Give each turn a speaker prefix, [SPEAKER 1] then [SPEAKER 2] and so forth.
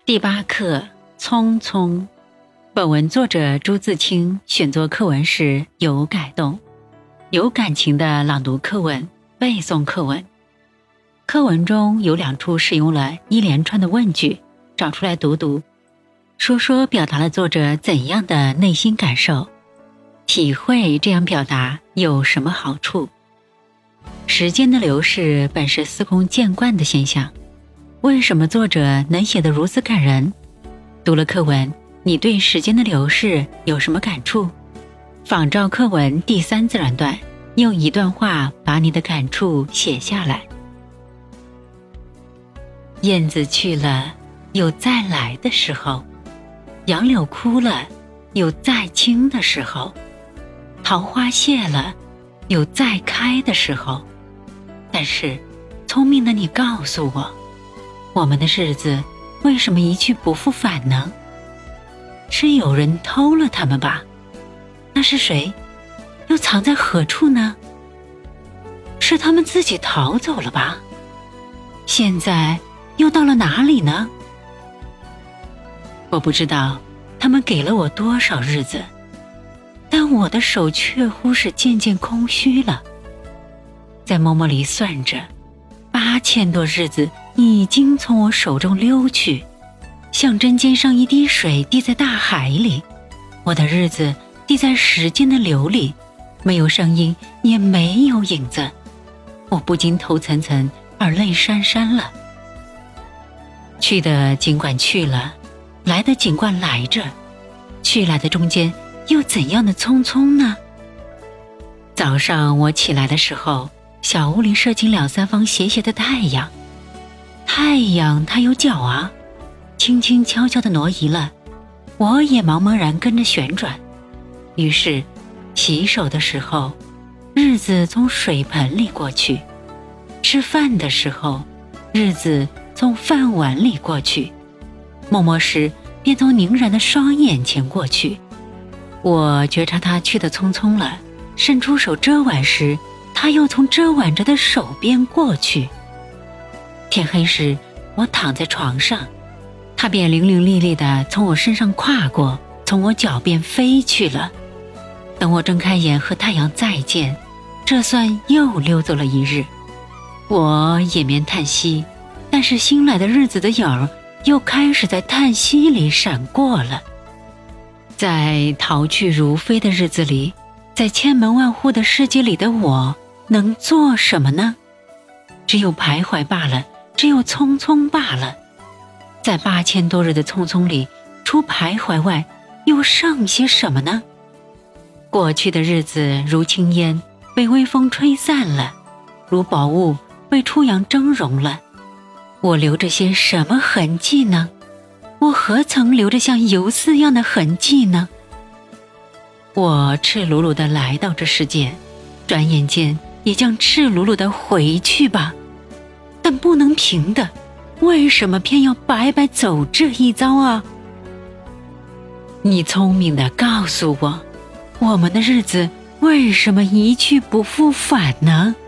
[SPEAKER 1] 第8课匆匆。本文作者朱自清选作课文时有改动，有感情的朗读课文、背诵课文。课文中有2处使用了一连串的问句，找出来读读，说说表达了作者怎样的内心感受，体会这样表达有什么好处。时间的流逝本是司空见惯的现象，为什么作者能写得如此感人？读了课文，你对时间的流逝有什么感触？仿照课文第3自然段，用一段话把你的感触写下来。燕子去了，有再来的时候；杨柳枯了，有再青的时候；桃花谢了，有再开的时候。但是，聪明的你告诉我，我们的日子为什么一去不复返呢？是有人偷了它们吧？那是谁？又藏在何处呢？是他们自己逃走了吧？现在又到了哪里呢？我不知道他们给了我多少日子，但我的手确乎是渐渐空虚了。在默默里算着，8000多日子已经从我手中溜去，像针尖上一滴水滴在大海里，我的日子滴在时间的流里，没有声音，也没有影子。我不禁头涔涔而泪潸潸了。去的尽管去了，来的尽管来着，去来的中间又怎样的匆匆呢？早上我起来的时候，小屋里射进2、3方斜斜的太阳。太阳它有脚啊，轻轻悄悄地挪移了，我也茫茫然跟着旋转。于是洗手的时候，日子从水盆里过去；吃饭的时候，日子从饭碗里过去；默默时便从凝然的双眼前过去。我觉察他去得匆匆了，伸出手遮挽时，他又从遮挽着的手边过去。天黑时，我躺在床上，他便伶伶俐俐地从我身上跨过，从我脚边飞去了。等我睁开眼和太阳再见，这算又溜走了一日。我掩面叹息，但是新来的日子的影儿又开始在叹息里闪过了。在逃去如飞的日子里，在千门万户的世界里的我能做什么呢？只有徘徊罢了，只有匆匆罢了。在8000多日的匆匆里，除徘徊外，又剩些什么呢？过去的日子如轻烟，被微风吹散了；如薄雾，被初阳蒸融了。我留着些什么痕迹呢？我何曾留着像游丝一样的痕迹呢？我赤裸裸地来到这世界，转眼间也将赤裸裸地回去吧。但不能平的，为什么偏要白白走这一遭啊？你聪明地告诉我，我们的日子为什么一去不复返呢？